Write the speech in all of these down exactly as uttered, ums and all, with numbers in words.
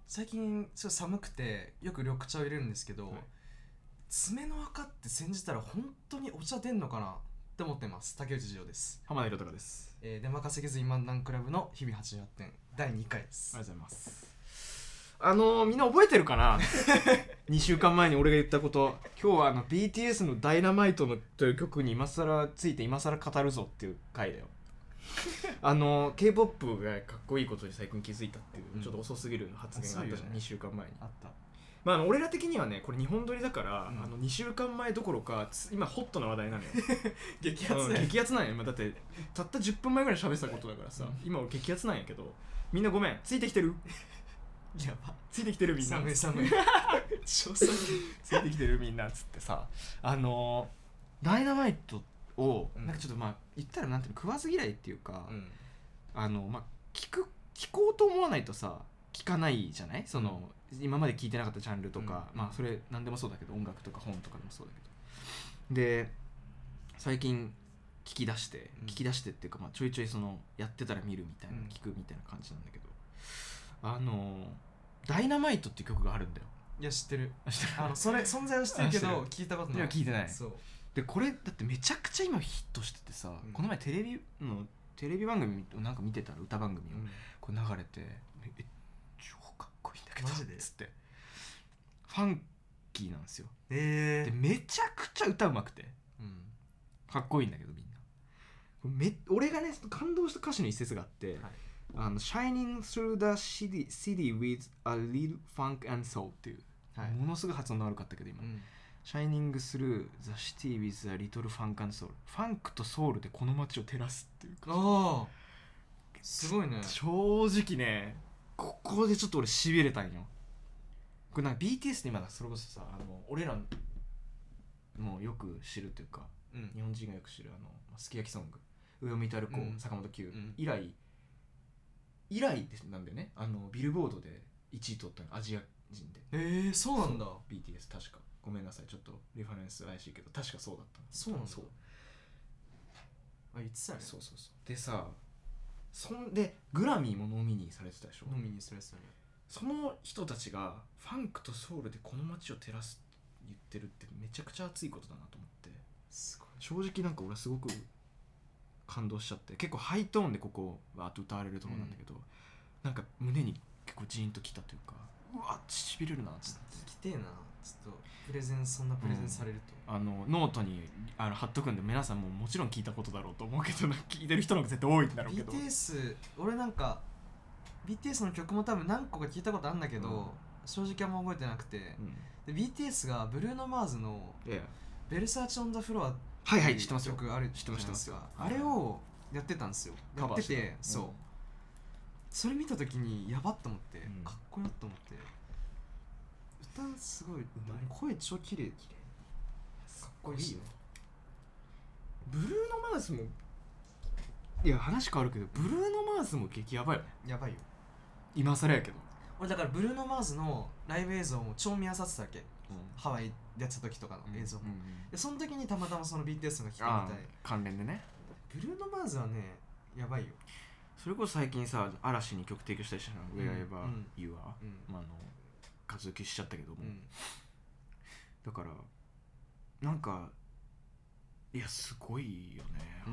最近ちょっと寒くてよく緑茶を入れるんですけど、はい、爪の赤って煎じたら本当にお茶出んのかなって思ってます。竹内二郎です。 浜田宏隆です。 えー、出まかせず今南クラブの日々はちじゅうはってんだいにかいです。 ありがとうございます。あのー、みんな覚えてるかなにしゅうかんまえに俺が言ったこと。今日はあの ビーティーエス のダイナマイトのという曲に今更ついて今更語るぞっていう回だよあの K-ポップ がかっこいいことに最近気づいたっていう、うん、ちょっと遅すぎる発言があったじゃん、ね、にしゅうかんまえにあった。 まあ、あの俺ら的にはねこれ日本撮りだから、うん、あのにしゅうかんまえどころか今ホットな話題なのよ激アツだよ、うん、激アツなんや、まあ、だってたったじゅっぷんまえぐらい喋ってたことだからさ、うん、今は激アツなんやけど、みんなごめんついてきてるやばついてきてるみんな寒い寒い超寒いついてきてるみんなっつってさ、あのー、ダイナマイトを、うん、なんかちょっとまあ言ったらなんていうの食わず嫌いっていうか、うん、あのまあ聞く聞こうと思わないとさ聞かないじゃないその、うん、今まで聞いてなかったジャンルとか、うん、まあそれ何でもそうだけど音楽とか本とかでもそうだけど、で最近聞き出して、うん、聞き出してっていうか、まあ、ちょいちょいそのやってたら見るみたいな、うん、聞くみたいな感じなんだけど、あのダイナマイトっていう曲があるんだよ。 いや知ってるあのそれ存在は知ってるけど聞いたことない。 いや聞いてない。 そうでこれだってめちゃくちゃ今ヒットしててさ、うん、この前テレビのテレビ番組をなんか見てたら歌番組を、うん、これ流れてえ超かっこいいんだけどマジでつってファンキーなんですよ。 えー、 でめちゃくちゃ歌うまくて、うん、かっこいいんだけどみんなめ俺がね感動した歌詞の一節があって、はい、あの Shining through the city, city with a little funk and soul っていう、はい、ものすごい発音の悪かったけど今、うん、Shining through the city with a little funk and soul ファンクとソウルでこの街を照らすっていうか、 あすごいね。 正直ねここでちょっと俺しびれたんよ。これなんか ビーティーエス って今だそれこそさあの俺らもよく知るというか、うん、日本人がよく知るあのすき焼きソング上を見たる子、うん、坂本九、うん、以来以来なんだよね。あのビルボードでいちい取ったのアジア人で。 えー、そうなんだ。 ビーティーエス 確かごめんなさいちょっとリファレンス怪しいけど確かそうだった。 そうなんだ。そうあいつだね。 そうそうそうでさそんでグラミーもノミニーされてたでしょ。 ノミニーされてたね。 その人たちがファンクとソウルでこの街を照らすって言ってるってめちゃくちゃ熱いことだなと思って、 すごい正直なんか俺はすごく感動しちゃって、結構ハイトーンでここわーっと歌われるところなんだけど、うん、なんか胸に結構ジーンときたというかうわっしびれるなって聞きてえな。ちょっとプレゼンそんなプレゼンされると、 うん、あのノートにあの貼っとくんで皆さんももちろん聞いたことだろうと思うけど聞いてる人の方が絶対多いんだろうけどビーティーエス 俺なんか ビーティーエス の曲も多分何個か聞いたことあるんだけど、うん、正直あんま覚えてなくて、うん、で ビーティーエス がブルーノ・マーズのベルサーチ・オン・ザ・フロアっていう曲あるじゃないですか。あれをやってたんですよ。やってて、そう、うん、それ見た時にやばっと思って、うん、かっこよっと思って、歌すごいうまい、声超綺麗、かっこいいしね。 ブルーノ・マーズもいや話変わるけどブルーノ・マーズも激ヤバいよね。 やばいよ今更やけど。 俺だからブルーノ・マーズのライブ映像も超見漁ってたわけ、うん、ハワイでやってた時とかの映像も、うんうんうん、でその時にたまたまその ビーティーエス が聴くみたい関連でね。 ブルーノ・マーズはねやばいよ。 それこそ最近さ嵐に曲提供したりしたの Wherever You Are、うんまあ、あの活動休止しちゃったけども、うん、だからなんかいやすごいよね、うん、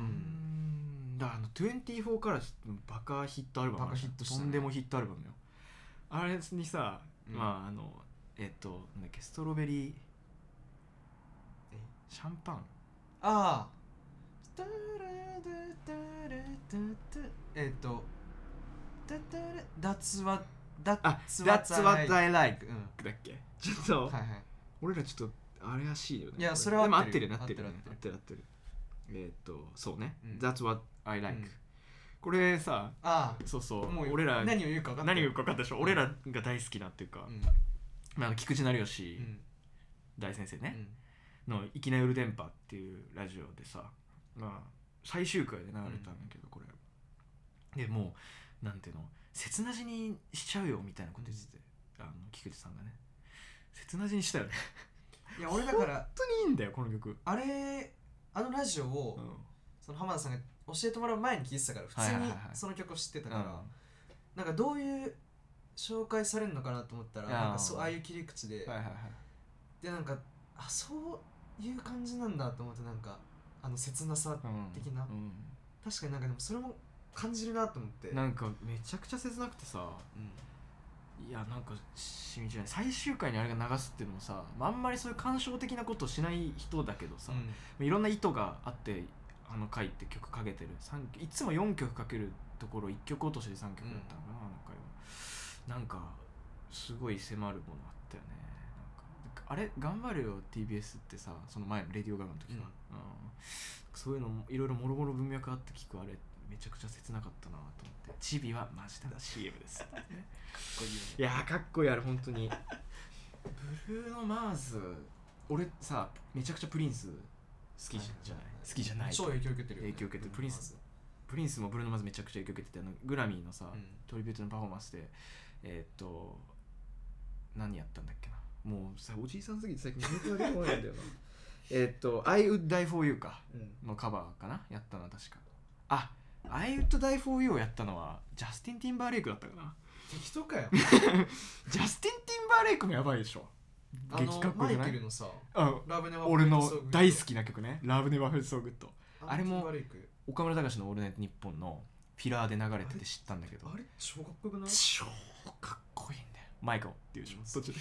だからあのにじゅうよんからバカヒットアルバム、 バカヒットした、ね、 とんでもヒットアルバムよ。あれにさ、うん、まああのえっとなんだっけストロベリーえシャンパンああえっと That's what That's what I like、うん、だっけちょっと、はいはい、俺らちょっとあれらしいよね。 いやそれは合ってる。でも合ってるなってる合ってる合ってるえっとそうね、うん、That's what I like、うん、これさあそうそうもう俺ら何を言うか分かった何を言うか分かったでしょ、うん、俺らが大好きなっていうか、うんまあ、菊池成吉大先生ね、うん、の「粋な夜電波」っていうラジオでさ、まあ、最終回で流れたんだけど、うん、これでもうなんていうの切な死にしちゃうよみたいなこと言ってて、うん、あの菊池さんがね切な死にしたよねいや俺だから本当にいいんだよこの曲。 あれあのラジオを、うん、その浜田さんが教えてもらう前に聴いてたから普通にその曲を知ってたから、なんかどういう紹介されるのかなと思ったらなんかそうああいう切り口で、はいはいはい、でなんかあそういう感じなんだと思ってなんかあの切なさ的な、うんうん、確かになんかでもそれも感じるなと思ってなんかめちゃくちゃ切なくてさ、うん、いやなんかしみじゃない最終回にあれが流すっていうのもさ、まあ、あんまりそういう感傷的なことをしない人だけどさ、うん、いろんな意図があってあの回って曲かけてるさんいつもよんきょくかけるところいっきょく落としでさんきょくだったのかな、うん、あの回はなんかすごい迫るものあったよね。なんかあれ頑張れよ ティービーエス ってさその前のレディオガガの時か、うんうん、そういうのもいろいろもろもろ文脈あって聞くあれめちゃくちゃ切なかったなと思ってチビはマジだ シーエム ですかっこいい、ね、いやかっこいいあれ本当にブルーノ・マーズ俺さめちゃくちゃプリンス好きじゃない、好きじゃない超影響受けてるよ、 ね、影響受けてるプリンスプリンスもブルーノ・マーズめちゃくちゃ影響受けててあのグラミーのさ、うん、トリビュートのパフォーマンスでえー、っと何やったんだっけなもうさおじいさんすぎて最近記憶が出てこないんだよなえっと I would die for you か、うん、のカバーかなやったのは確かあ I would die for you をやったのはジャスティン・ティンバーレイクだったかな適当かよジャスティン・ティンバーレイクもやばいでしょあのマイケルのさラブネバー俺の大好きな曲ねラブネバーフェルソーグッドあれも岡村隆史のオールナイトニッポンのフィラーで流れてて知ったんだけどあれ超かっこよくない超かっこいいんだよマイケルっていうでしょ途中で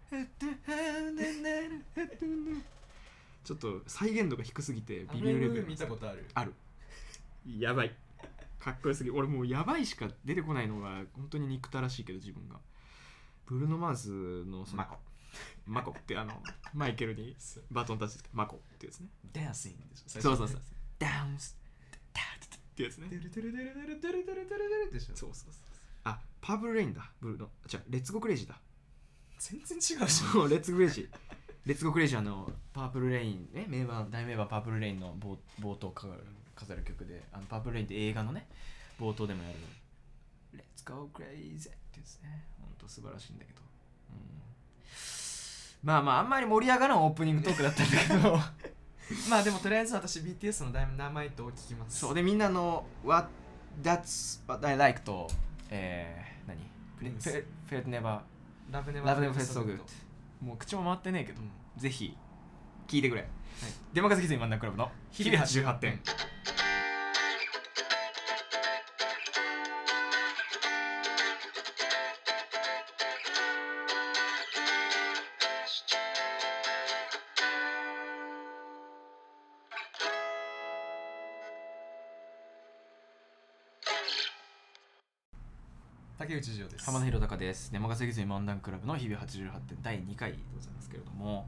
ちょっと再現度が低すぎてビビるレベル見たことあるあるやばいかっこよすぎ俺もうやばいしか出てこないのが本当に憎たらしいけど自分がブルーノ・マーズのそのマコマコってあのマイケルにバトンタッチですけどマコってやつねダンシングでしょそうそうそうダンスってやつねデルデルデルデルデルデルデルデルでしょそうそうそうあパープルレインだブルーノじゃレッツゴークレイジーだ全然違うしレッツゴークレイジーレッツゴークレイジーあのパープルレインね名盤大名盤パープルレインの 冒, 冒頭飾る飾る曲であのパープルレインって映画のね冒頭でもやるレッツゴークレイジーってやつねほんと素晴らしいんだけど、うん、まあまああんまり盛り上がらんオープニングトークだったんだけどまあでもとりあえず私 ビーティーエス の名前と聞きますそうでみんなの What That's What I Like とえー、何フェルトネバーラブネバーフェルトソーグッドもう口も回ってねえけど、うん、ぜひ聞いてくれ、はい、デマカズキズイマンダンクラブの日々はちじゅうはってん竹内譲です。 浜田博隆です。デマカズキズイマンダンクラブの日々はちじゅうはってんだいにかいでございますけれども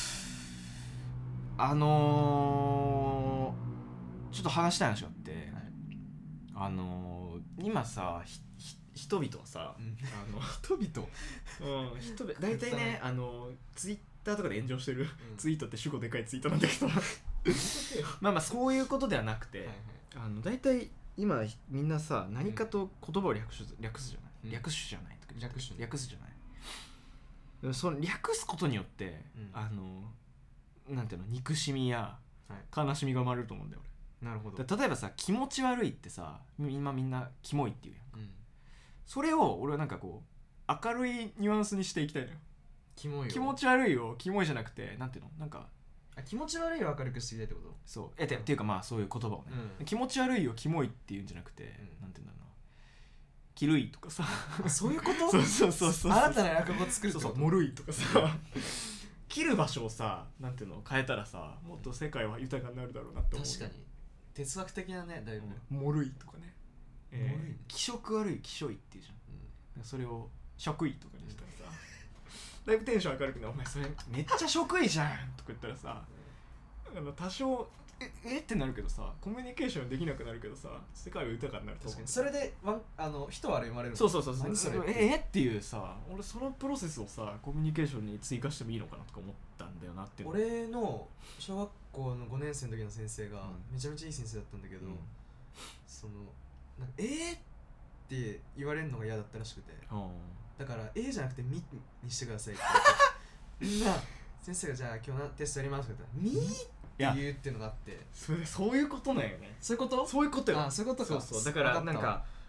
あのー、ちょっと話したい話があって、はい、あのー、今さひひ人々はさ、うん、あの人々 うん人々大体ねあのツイッターとかで炎上してる、うん、ツイートって主語でかいツイートなんだけどまあまあそういうことではなくて、はいはい、あの大体今みんなさ何かと言葉を略す略すじゃない、うん、略すじゃないとか略す略すじゃないでもその略すことによって、うん、あのなんていうの憎しみや悲しみが生まれると思うんだよ俺。なるほど。 例えばさ気持ち悪いってさ今みんなキモいっていうやんか、うん、それを俺はなんかこう明るいニュアンスにしていきたいのよ。 キモいよ気持ち悪いをキモいじゃなくてなんていうのなんかあ気持ち悪いを明るくしていきたいってこと？ そうえて、うん、っていうかまあそういう言葉をね、うん、気持ち悪いをキモいっていうんじゃなくて、うん、なんていうんだろうなキルイとかさそういうことそうそうそうそう新たな落語作るってこと？ そうそうモルイとかさ切る場所をさなんていうの変えたらさもっと世界は豊かになるだろうなって思う。 確かに哲学的なねだいぶ、 うん、モルイとかね、えー、気色悪い気性いっていうじゃん、うん、それを食意とかにしたらさ、うん、だいぶテンション明るくなお前それめっちゃ食意じゃんとか言ったらさあの多少ええってなるけどさコミュニケーションできなくなるけどさ世界は豊かになると思う。 それでわあの人はあれ生まれるの？ そうそうそうそうそれええっていうさ俺そのプロセスをさコミュニケーションに追加してもいいのかなとか思ったんだよなっていう。 俺の小学校のごねん生の時の先生がめちゃめちゃいい先生だったんだけど、うん、そのなんかえーって言われるのが嫌だったらしくて、うん、だからえーじゃなくてみにしてくださいって言ってみんな先生がじゃあ今日のテストやりますって言ったらみーって言うっていうのがあってそれそういうことなんよね。 そういうこと？ そういうことよ。 あそういうことか。 そうそうだからなんか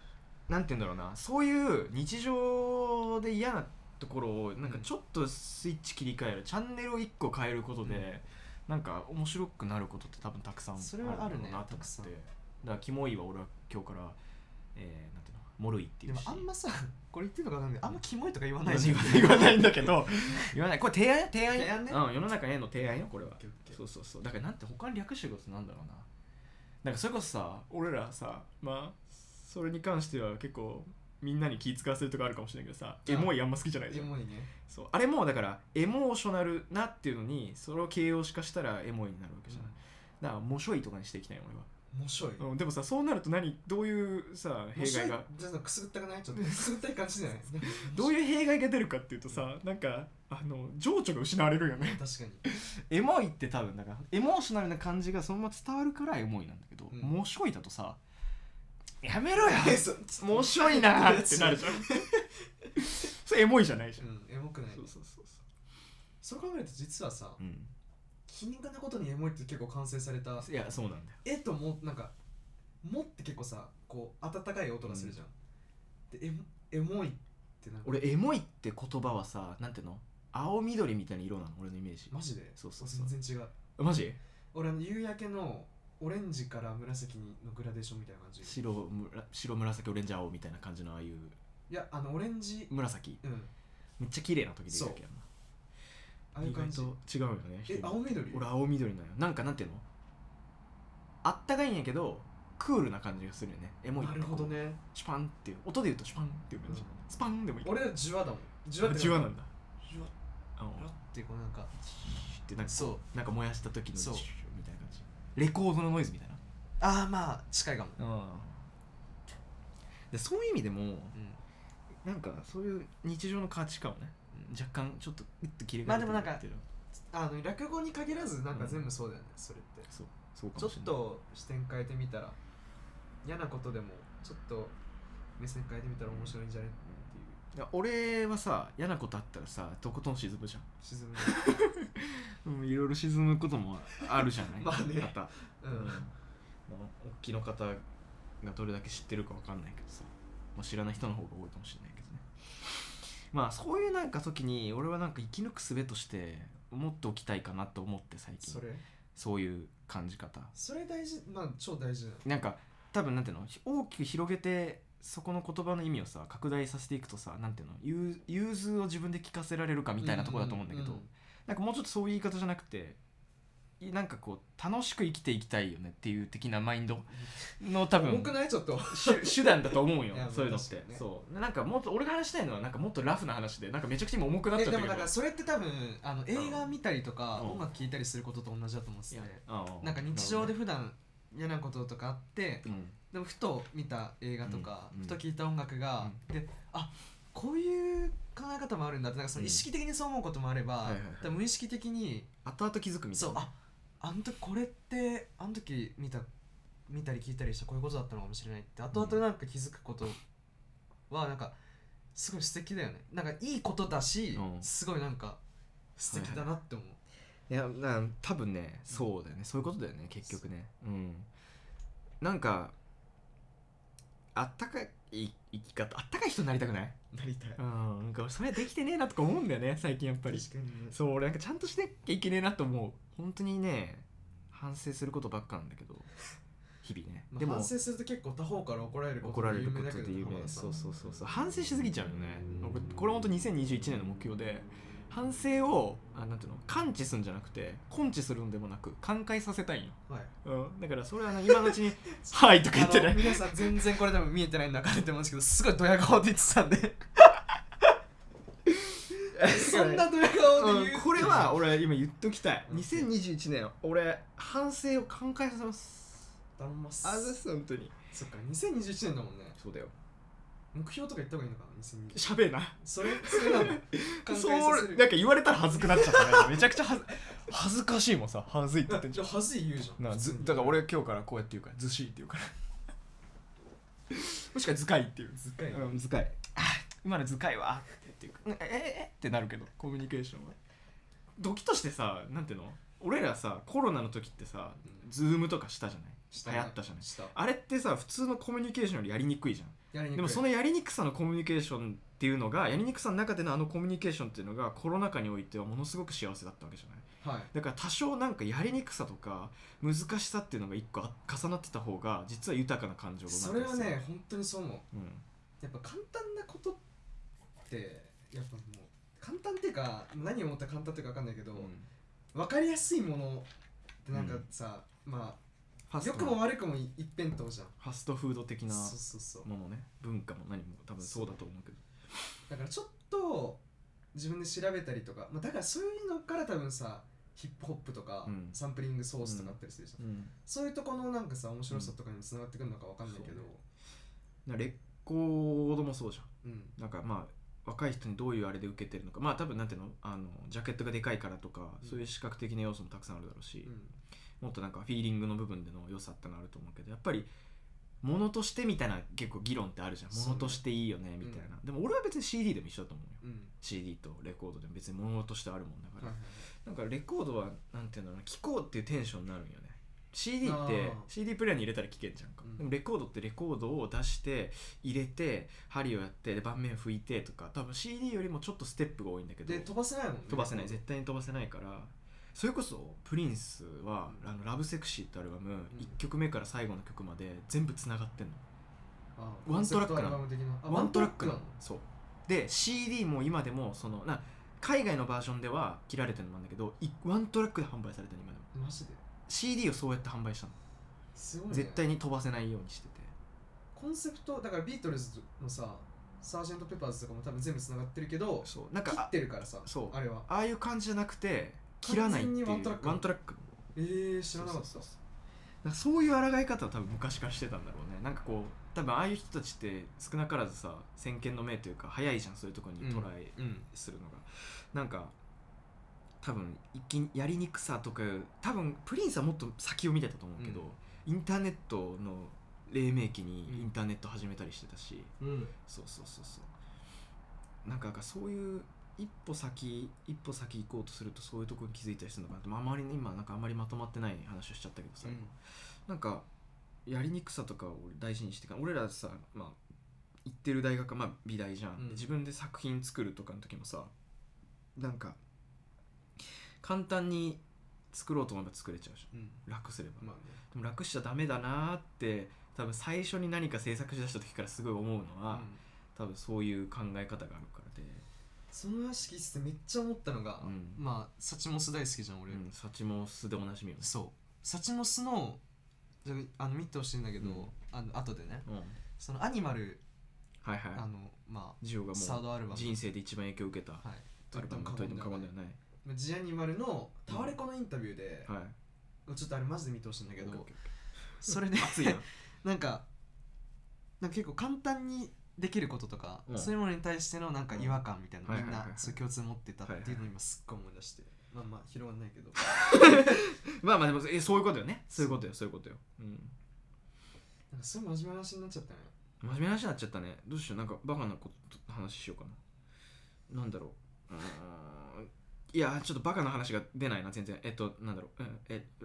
なんて言うんだろうな、そういう日常で嫌なところをなんかちょっとスイッチ切り替える、うん、チャンネルをいっこ変えることで、うん、なんか面白くなることって多分たくさんあるそれはあるね、 なと思って。だからキモいは俺は今日から、えー、なんていうのもろいっていうし。 でもあんまさこれ言ってるのかなんであんまキモいとか言わないし言わないんだけど言わない、これ提案提案提案ね、 うん、世の中への提案よこれは。そうそうそう、だからなんて他に略してることなんだろうな、なんかそれこそさ、俺らさ、まあそれに関しては結構みんなに気使わせるとこあるかもしれないけどさ、エモいあんま好きじゃないじゃん。 エモいね。 そう、あれもだからエモーショナルなっていうのにそれを形容詞化したらエモいになるわけじゃない、うん、だからもしょいとかにしていきたい俺は。 もしょい、 うん、でもさ、そうなると何どういうさ弊害が、 じゃあくすぐったくない？ちょっとくすぐったい感じじゃないどういう弊害が出るかっていうとさ、なんかあの情緒が失われるよね。 確かにエモいって多分だからエモーショナルな感じがそのまま伝わるからエモいなんだけど、うん、もしょいだとさ、やめろよもしょいなーってなるじゃんそれエモいじゃないじゃん、うん、 エモくない。そうそうそうそう、そう考えると実はさ、うん、皮肉なことにエモいって結構完成された。 いやそうなんだよ。 えともなんかもって結構さこう温かい音がするじゃん、うん、でエモ、エモいってなんか俺エモいって言葉はさ、なんていうの、青緑みたいな色なの俺のイメージ。 マジで？ そうそうそう、 全然違う。 マジ？ 俺あの夕焼けのオレンジから紫のグラデーションみたいな感じ。 白、むら白紫オレンジ青みたいな感じのああいう。 いやあのオレンジ紫、 うん、 めっちゃ綺麗な時でいいわけやな。 ああいう感じ。 違うよね。 え、青緑？ 俺青緑なのよ。なんかなんていうの、あったかいんやけどクールな感じがするよね。エモい。 なるほどね。 シュパンっていう音で言うとシュパンっていう感じ、うん、スパンでもいい。 俺はジュワだもん。 ジュワってジュワなんだ。 ジュワってこうなんかってなんかそうなんか燃やした時のジュみたいな感じ。レコードのノイズみたいな。 ああまあ近いかも。うん。 でそういう意味でも、うん、なんかそういう日常の価値観をね、うん、若干ちょっとグッと切り替えてる。まあでもなんかあの落語に限らずなんか全部そうだよね、うん、それって。そうそうかもしれない。ちょっと視点変えてみたら嫌なことでもちょっと目線変えてみたら面白いんじゃないっていう。いや俺はさ、嫌なことあったらさとことん沈むじゃん。 沈むいろいろ沈むこともあるじゃないまあね、 方、うん、うん、大きの方がどれだけ知ってるかわかんないけどさ、まあ、知らない人の方が多いかもしれないけどね。まあそういうなんか時に俺はなんか生き抜く術として持っておきたいかなと思って最近。 それそういう感じ方、それ大事、まあ超大事だ。 なんか多分なんていうの、大きく広げてそこの言葉の意味をさ拡大させていくとさ、なんていうの、融融通を自分で聞かせられるかみたいなところだと思うんだけど、うんうんうん、なんかもうちょっとそういう言い方じゃなくて、なんかこう楽しく生きていきたいよねっていう的なマインドの多分重くないちょっと手段だと思うよそういうのって、ね、そうなんかもっと俺が話したいのはなんかもっとラフな話で、なんかめちゃくちゃ重くなっちゃったけど。 でもなんかそれって多分あの映画見たりとか、うん、音楽聴いたりすることと同じだと思うんですね。なんか日常で普段嫌なこととかあって、うん、でもふと見た映画とか、うん、ふと聴いた音楽が、うん、であこういう考え方もあるんだって、なんかその意識的にそう思うこともあれば、うん、無意識的に後々気づくみたいな。 そう、ああの時これってあの時見た見たり聞いたりしたこういうことだったのかもしれないって後々なんか気づくことはなんかすごい素敵だよね。なんかいいことだし、うん、すごいなんか素敵だなって思う。 はいはい、いやな多分ね、そうだよね、そういうことだよね結局ね。うん。なんかあったかい生き方、あったかい人になりたくない？ なりたい。 うん、なんかそれできてねえなとか思うんだよね最近やっぱり。 確かにね。 そう俺なんかちゃんとしなきゃいけねえなと思う。本当にね反省することばっかなんだけど日々ね。 でも反省すると結構他方から怒られることで有名だけど、 有名。そうそうそうそう、反省しすぎちゃうよね。これ本当にせんにじゅういちねんの目標で、反省をあなんていうの感知するんじゃなくて根治するんでもなく寛解させたいんよ。はい。うん。だからそれは今のうちにはいとか言ってね。 皆さん全然これ多分見えてないの分かれてますけど、すごいドヤ顔で言ってたんで。そんなドヤ顔で言う、 うん、これは俺今言っときたい。にせんにじゅういちねん俺反省を寛解させます。 頼みます。 あざす本当に。 そっかにせんにじゅういちねんだもんね。 そうだよ。 目標とか言った方がいいのかな。にせんにじゅういちしゃべえな。 それそれなの。 そうなんか言われたら恥ずくなっちゃったね。めちゃくちゃ恥ず恥ずかしいもんさ。恥ずいって言ってんじゃん。 じゃあ恥ずい言うじゃん。 なずだから俺今日からこうやって言うからずしいって言うから。もしくはずかいっていう。 ずかい。 うんずかい。あ今のずかいわっていうかえええってなるけどコミュニケーションは。時としてさなんていうの。俺らさコロナの時ってさ、ズームとかしたじゃない。 流行ったじゃない。あれってさ普通のコミュニケーションよりやりにくいじゃん。 やりにくい。 でもそのやりにくさのコミュニケーションっていうのがやりにくさの中でのあのコミュニケーションっていうのがコロナ禍においてはものすごく幸せだったわけじゃない、はい、だから多少なんかやりにくさとか難しさっていうのが一個重なってた方が実は豊かな感情がそれはね本当にそう思う、うん、やっぱ簡単なことってやっぱもう簡単っていうか何を思ったら簡単っていうか分かんないけど、うん、分かりやすいものってなんかさ、うん、まあ良くも悪くも一辺倒じゃん。 ファストフード的なものね、文化も何も多分そうだと思うけど、 だからちょっと自分で調べたりとか、まあ、だからそういうのから多分さヒップホップとか、うん、サンプリングソースとかあったりするじゃん、うん、そういうとこのなんかさ面白さとかにもつながってくるのかわかんないけど、 うん、レコードもそうじゃん、うん、なんかまあ若い人にどういうあれで受けてるのか、まあ多分なんていうの、あのジャケットがでかいからとか、うん、そういう視覚的な要素もたくさんあるだろうし、うん、もっとなんかフィーリングの部分での良さってのあると思うけど、やっぱり物としてみたいな結構議論ってあるじゃん。物としていいよねみたいな、うん、でも俺は別に シーディー でも一緒だと思うよ、うん、シーディー とレコードでも別に物としてあるもんだから、なんかレコードはなんていうんだろうな、聴こうっていうテンションになるんよね。 シーディー って シーディー プレイヤーに入れたら聴けんじゃんか、うん、でもレコードってレコードを出して入れて針をやってで盤面拭いてとか、多分 シーディー よりもちょっとステップが多いんだけど、 で飛ばせないもんね。 飛ばせない、絶対に飛ばせないから。それこそプリンスは、うん、あのラブセクシーってアルバム、うん、いっきょくめから最後の曲まで全部つながってんの。ああワントラックなの。ワントラックなの。そうで シーディー も今でもそのな海外のバージョンでは切られてるのもあるんだけど、ワントラックで販売されてる今でも。 マジでシーディー をそうやって販売したの。すごいね。絶対に飛ばせないようにしてて、 コンセプトだからビートルズのさサージェントペパーズとかも多分全部つながってるけど、そうなんか切ってるからさ、そうあれはああいう感じじゃなくて切らないっていうワントラック。ワントラック。 えー、知らなかった。そうそうそうそう、そういう抗い方を多分昔からしてたんだろうね。なんかこう多分ああいう人たちって少なからずさ先見の明というか早いじゃん、そういうところにトライするのが、うんうん、なんか多分一気にやりにくさとか、多分プリンスはもっと先を見てたと思うけど、うん、インターネットの黎明期にインターネット始めたりしてたし、うん、そうそうそうそうなんかそういう一歩先一歩先行こうとするとそういうところに気づいたりするのかなって、まあ、あまり今なんかあまりまとまってない話をしちゃったけどさ、うん、なんかやりにくさとかを大事にしてか、俺らさ、まあ、行ってる大学はまあ美大じゃん、うん、自分で作品作るとかの時もさ、なんか簡単に作ろうと思えば作れちゃうじゃん、うん、楽すれば、まあね、でも楽しちゃダメだなって多分最初に何か制作しだした時からすごい思うのは、うん、多分そういう考え方があるからで、 その話聞いててめっちゃ思ったのが、うん、まあサチモス大好きじゃん俺、うん、 サチモスでおなじみよね。 そうサチモスのじゃあの見てほしいんだけど、うん、あの後でね、うん、そのアニマル、 はいはい、 あのまあジオがもうサードアルバム人生で一番影響を受けたアルバムと言っても過言ではない。 ジアニマルのタワレコのインタビューで、うんはい、ちょっとあれマジで見てほしいんだけど、それで熱いななんかなんか結構簡単にできることとか、うん、そういうものに対してのなんか違和感みたいな、うん、みんなそう共通持ってたっていうのを今すっごい思い出して、まあまあ広がんないけどまあまあでもえそういうことよね、そういうことよそういうことよ、うん、 なんかすごい真面目な話になっちゃったね。 真面目な話になっちゃったね。どうしよう、なんかバカなこと話しようかな。なんだろう、うーんいやちょっとバカな話が出ないな全然。えっとなんだろう、えっ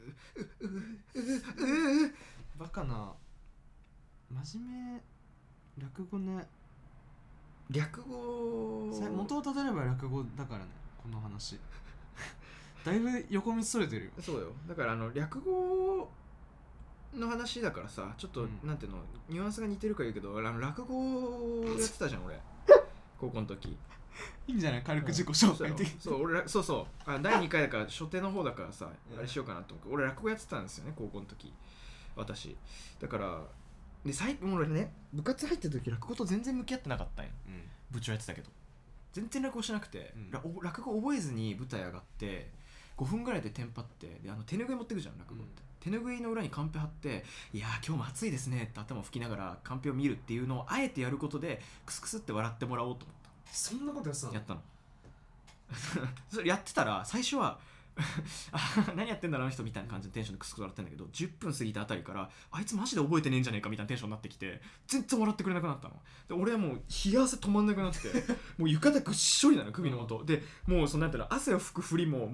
バカな真面目略語ね。 略語元をたどれば略語だからねこの話だいぶ横道それてるよ。 そうよ、だからあの略語の話だからさ、ちょっと、うん、なんていうのニュアンスが似てるから言うけど、あの落語やってたじゃん俺高校の時。 いいんじゃない軽く自己紹介的、 うん、そうそう俺そうそうあだいにかいだから初手の方だからさ、あれしようかなと思って、俺落語やってたんですよね高校の時私。だからで最近俺ね部活入ってる時落語と全然向き合ってなかったんよ、うん、部長やってたけど全然落語しなくて、うん、落語覚えずに舞台上がってごふんぐらいでテンパって、であの手拭い持ってくじゃん落語って、うん、手拭いの裏にカンペ貼って、いやー今日も暑いですねって頭を拭きながらカンペを見るっていうのをあえてやることでクスクスって笑ってもらおうと思った。 そんなことやってたの？ やったのそれやってたら最初は何やってんだろうあの人みたいな感じのテンションでクスクス笑ってんだけど、じゅっぷん過ぎたあたりからあいつマジで覚えてねえんじゃねえかみたいなテンションになってきて全然笑ってくれなくなったので、俺はもう冷や汗止まんなくなってもう浴衣ぐっしょりなの首の元、うん、でもうそのなんていうの汗を拭くふりももう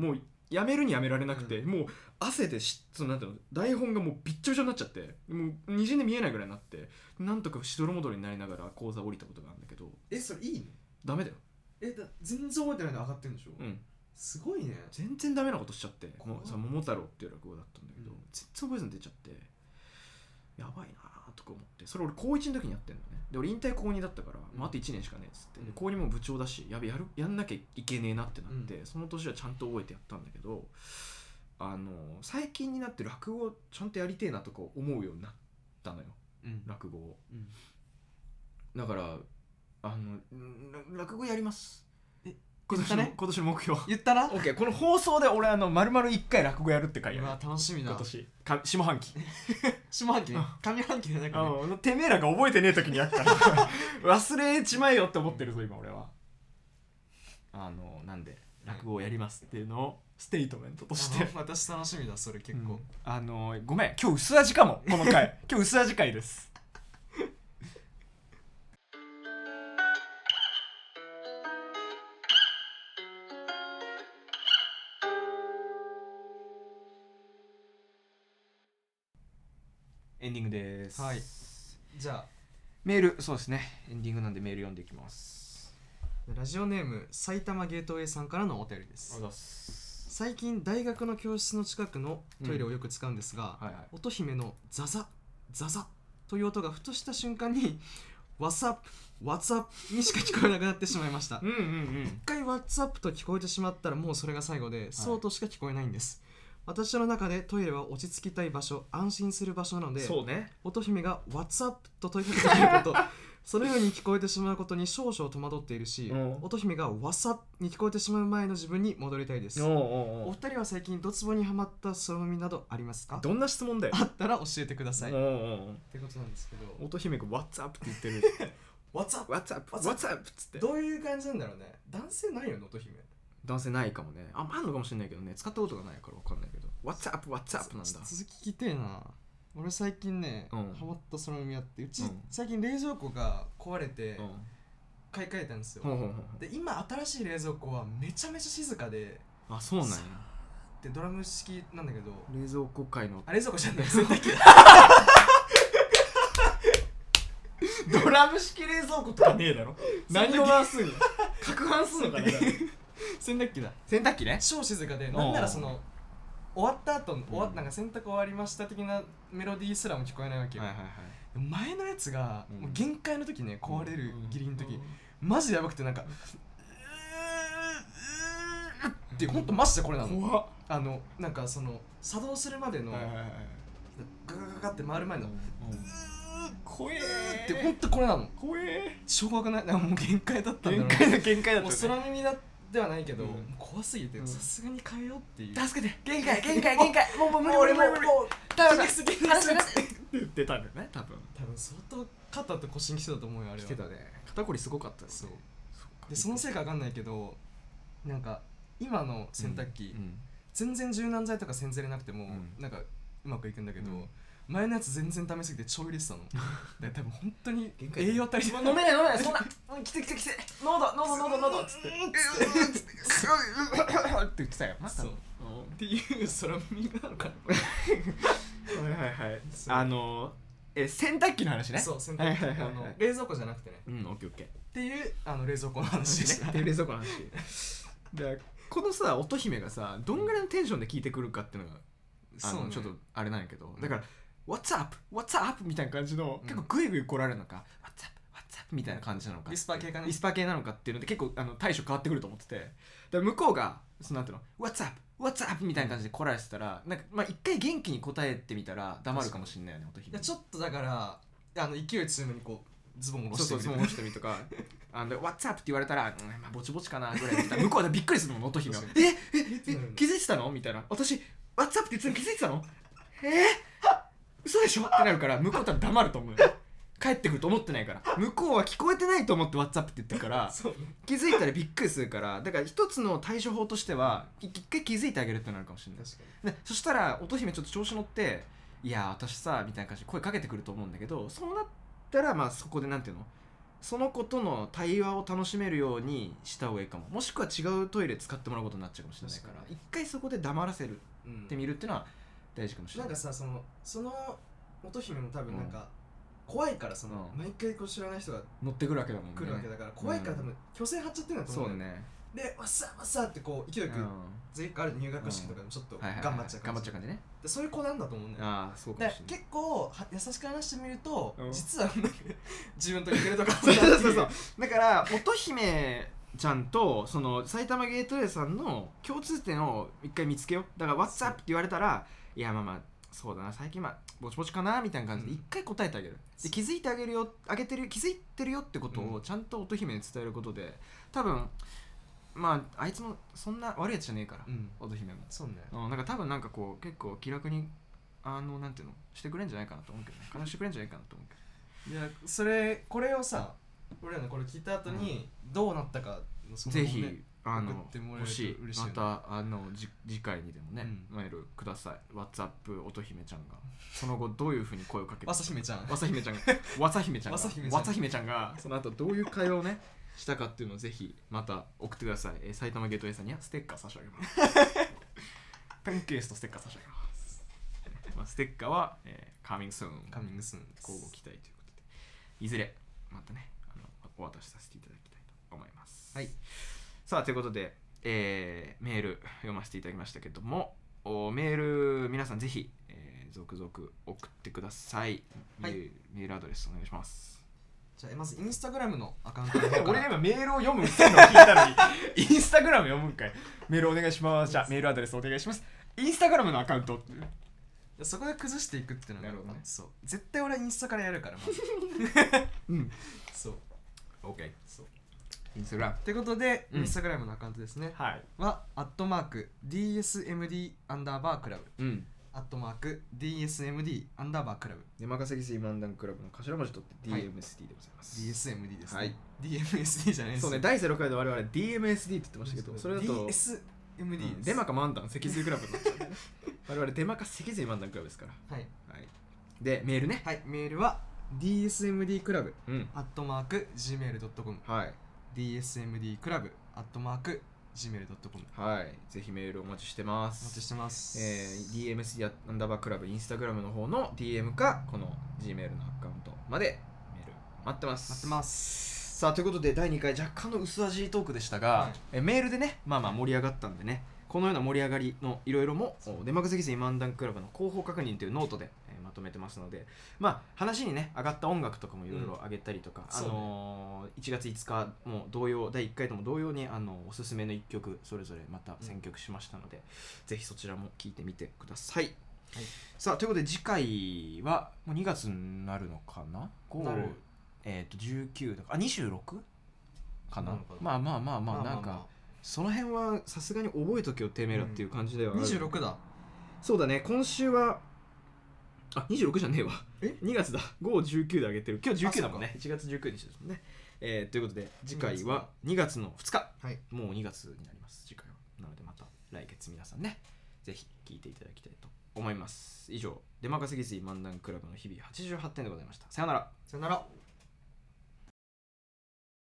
やめるにやめられなくて、うん、もう汗でしそのなんていうの台本がもうびっちょびちょになっちゃってもう虹で見えないぐらいになってなんとかしどろもどろになりながら講座降りたことがあるんだけどえそれいいの？ ダメだよ。 えだ全然覚えてないで上がってるんでしょ？うんすごいね。 全然ダメなことしちゃってもうさ桃太郎っていう落語だったんだけど、うん、全然覚えずに出ちゃってやばいなとか思ってそれ俺高いちの時にやってんのね。で俺引退高にだったから、うん、もうあといちねんしかねえっつって、うん、高にも部長だしやべやるやんなきゃいけねえなってなって、うん、その年はちゃんと覚えてやったんだけどあの最近になって落語ちゃんとやりてえなとか思うようになったのよ、うん、落語を、うん、だからあの落語やります。え今年の、ね、今年の目標言ったな。 オッケーこの放送で俺あの丸々いっかい落語やるって書いてある。 楽しみだ。 今年か下半期下半期ね上半期でなんかねてめえらが覚えてねえ時にやったら忘れちまえよって思ってるぞ今俺は。あのなんで落語をやりますっていうのをステートメントとして私楽しみだそれ結構、うん、 あのごめん今日薄味かもこの回今日薄味回ですエンディングです。 はい。じゃあメールそうですねエンディングなんでメール読んでいきます。 ラジオネーム埼玉ゲートウェイさんからのお便りです。 ありがとうございます。 最近大学の教室の近くのトイレをよく使うんですが、うんはいはい、乙姫のザザザザという音がふとした瞬間にWhat's up? What's up? にしか聞こえなくなってしまいました。うんうんうん、一回 What's up? と聞こえてしまったらもうそれが最後で、はい、そうとしか聞こえないんです。私の中でトイレは落ち着きたい場所、安心する場所なので、 そうね、 乙姫が What's up? と問いかけてくることそのように聞こえてしまうことに少々戸惑っているし、乙姫が What's up? に聞こえてしまう前の自分に戻りたいです。おうおうおうお二人は最近ドツボにハマったそのみなどありますか？ どんな質問だよ。 あったら教えてください。おうおうおうってことなんですけど、 乙姫が What's up? って言ってる What's up? What's up? What's up? つってどういう感じなんだろうね。男性ないよね乙姫。 男性ないかもね。あ、あんのかもしれないけどね。使ったことがないから分かんないけど。What's up? What's up? なんだ。 続き聞きてえな。俺最近ね、うん、ハマったそのみあって、うち、うん、最近冷蔵庫が壊れて、うん、買い替えたんですよ。うん、で今新しい冷蔵庫はめちゃめちゃ静かで、 あ、そうなんや。 でドラム式なんだけど、 冷蔵庫界のあ冷蔵庫じゃない洗濯機だ。 ドラム式冷蔵庫とかねえだろ。何を回すんや。攪拌すんのかね。 洗濯機だ。 洗濯機ね。 超静かで、なんならその終わった後、うん、終わなんか洗濯終わりました的なメロディーすらも聞こえないわけよ。はいはいはい、前のやつが、うん、もう限界の時ね壊れるギリギリの時、うん、マジでやばくてなんか、うん、ってほんとマジでこれなの。あのなんかその作動するまでの、はいはいはい、ガガガガって回る前の、うんうん怖えーってほんとこれなの。 怖えーしょうがない。もう限界だったんだろう。 限界だ限界だった、ね、 もう空耳だではないけど、うん、怖すぎてさすがに変えようっていう。 助けて限界限界限界もうもう無理俺もうもうダメだ筋肉痛って言ってたんだよね多分。 多分相当肩と腰に来てたと思うよあれは。 来てたね。肩こりすごかったよね。 そうでそのせいかわかんないけどなんか今の洗濯機、うんうん、全然柔軟剤とか洗剤入れなくても、うん、なんかうまくいくんだけど、うん前のやつ全然試しすぎて超入れてたの。で多分本当に栄養足りて飲めない飲めないそんなきてきてきて喉喉喉喉っつってって言ってたよ。 そうっていう空耳があるからはいはいはいあのえ洗濯機の話ね。 そう洗濯機あの冷蔵庫じゃなくてね。 うんオッケーオッケーっていうあの冷蔵庫の話ね。っていう冷蔵庫の話でこのさ乙姫がさどんぐらいのテンションで聞いてくるかっていうのがあのちょっとあれなんやけどだからWhat's up? What's up? みたいな感じの、うん、結構グイグイ来られるのか What's up? What's up? みたいな感じなのかリスパー系かねリスパー系なのかっていうので結構あの対処変わってくると思っててだ向こうがそのなんていうの What's up? What's up? みたいな感じで来られてたらなんかまあ一回元気に答えてみたら黙るかもしれないよね乙姫。 いやちょっとだからあの勢い強めにこうズボンを下ろしてみるそうそうズボンを下ろしてみるとかあの What's up? って言われたら、うんまあ、ぼちぼちかなぐらいで向こうでびっくりするの乙姫はえええ気づいてたのみたいな私 What's up? って言ってたの気づいてたのえー嘘でしょってなるから向こう多分黙ると思うよ。帰ってくると思ってないから向こうは聞こえてないと思って What's up って言ってるから気づいたらびっくりするからだから一つの対処法としては一回気づいてあげるってなるかもしれない。確かにでそしたら乙姫ちょっと調子乗っていや私さみたいな感じで声かけてくると思うんだけどそうなったらまあそこでなんていうのその子との対話を楽しめるようにした方がいいかも。もしくは違うトイレ使ってもらうことになっちゃうかもしれないから一回そこで黙らせるってみるっていうのは大事かもしれない、 なんかさそのその乙姫も多分なんか、うん、怖いからその、うん、毎回こう知らない人が乗ってくるわけだもんね。 来るわけだから怖いから多分虚勢張っちゃってるんだと思うんだよね。でわっさわっさってこう勢いよく、うん、ぜひある入学式とかでもちょっと頑張っちゃう感じ、 頑張っちゃう感じね。 でそういう子なんだと思うんだよ。 ああそうかもしれない。 結構優しく話してみると、うん、実は自分と似てるとかそうそうそうそうだから乙姫ちゃんとその埼玉ゲートウェイさんの共通点を一回見つけよう。だから What's up って言われたらいやまあまあそうだな最近まあぼちぼちかなみたいな感じで一回答えてあげる、うん、で気づいてあげるよあげてる気づいてるよってことをちゃんと乙姫に伝えることで多分まああいつもそんな悪いやつじゃねえから、うん、乙姫もそうね、 うん、なんか多分なんかこう結構気楽にあのなんていうのしてくれんじゃないかなと思うけどね話してくれんじゃないかなと思うけどいやそれこれをさ俺らのこれ聞いた後にどうなったか、 うん、ぜひあの欲しいまたあのじ次回にでもね、うん、メールください。 WhatsApp 乙姫ちゃんがその後どういうふうに声をかけてわさ姫ちゃんわさ姫ちゃんがわさ姫ちゃんがわさ姫ちゃんがその後どういう会話をねしたかっていうのをぜひまた送ってください、えー、埼玉ゲートウェイさんにはステッカー差し上げますペンケースとステッカー差し上げますまあステッカーは、えー、coming soon coming soon 交互期待ということでいずれまたねあのお渡しさせていただきたいと思います。 はいさあということで、えー、メール読ませていただきましたけどもメール皆さんぜひ、えー、続々送ってください、はい、メールアドレスお願いします。 じゃあまずインスタグラムのアカウント俺今メールを読むっていうのを聞いたのにインスタグラム読むんかい。メールお願いします。じゃあメールアドレスお願いします。インスタグラムのアカウントそこで崩していくっていうのがなるほどね。そう絶対俺はインスタからやるからまずうんそう OK そうインスタグラムってことで、うん、インスタグラムのアカウントですね、 はい、 はアットマーク ディーエスエムディー アンダーバークラブ、うん、アットマーク ディーエスエムディー アンダーバークラブ出任せぎす漫談クラブの頭文字取って ディーエムエスディー でございます、 はい、ディーエスエムディー ですね、はい、 ディーエムエスディー じゃないですそうねだいゼロかいで我々 ディーエムエスディー って言ってましたけどそれだとディーエスエムディー です、 うん、出任漫談脊髄クラブになっちゃう、ね、我々出任脊髄漫談クラブですからはい、 はい、でメールねはいメールは ディーエスエムディー クラブ、うん、アットマーク ジーメールドットコム はい ディーエスエムディー クラブアットマーク ジーメールドットコムはいぜひメールお待ちしてますお待ちしてます、 えー、ディーエムエスディー アンダーバークラブインスタグラムの方の ディーエム かこの Gmail のアカウントまでメール待ってます待ってますさあということでだいにかい若干の薄味トークでしたが、はい、えメールでねまあまあ盛り上がったんでねこのような盛り上がりのいろいろも出幕席漫談クラブの広報確認というノートで、えー、まとめてますのでまあ話にね上がった音楽とかもいろいろ上げたりとか、うん、あのー、いちがついつかも同様だいいっかいとも同様にあのおすすめのいっきょくそれぞれまた選曲しましたので、うん、ぜひそちらも聴いてみてください、はい、さあということで次回はもうにがつになるのかなごえー、とじゅうきゅうとかあ にじゅうろく? かなまあまあまあまあ、まあ、なんか、まあまあまあその辺はさすがに覚えとけよてめえらっていう感じではある、 うん、にじゅうろくだそうだね今週はあにじゅうろくじゃねえわえにがつだご、じゅうくで上げてる今日じゅうくだもんねいちがつじゅうくにちですもんね、えー、ということで次回はにがつのふつか、はい、もうにがつになります次回はなのでまた来月皆さんねぜひ聞いていただきたいと思います以上出任せぎすい漫談クラブの日々はちじゅうはってんでございましたさよならさよなら。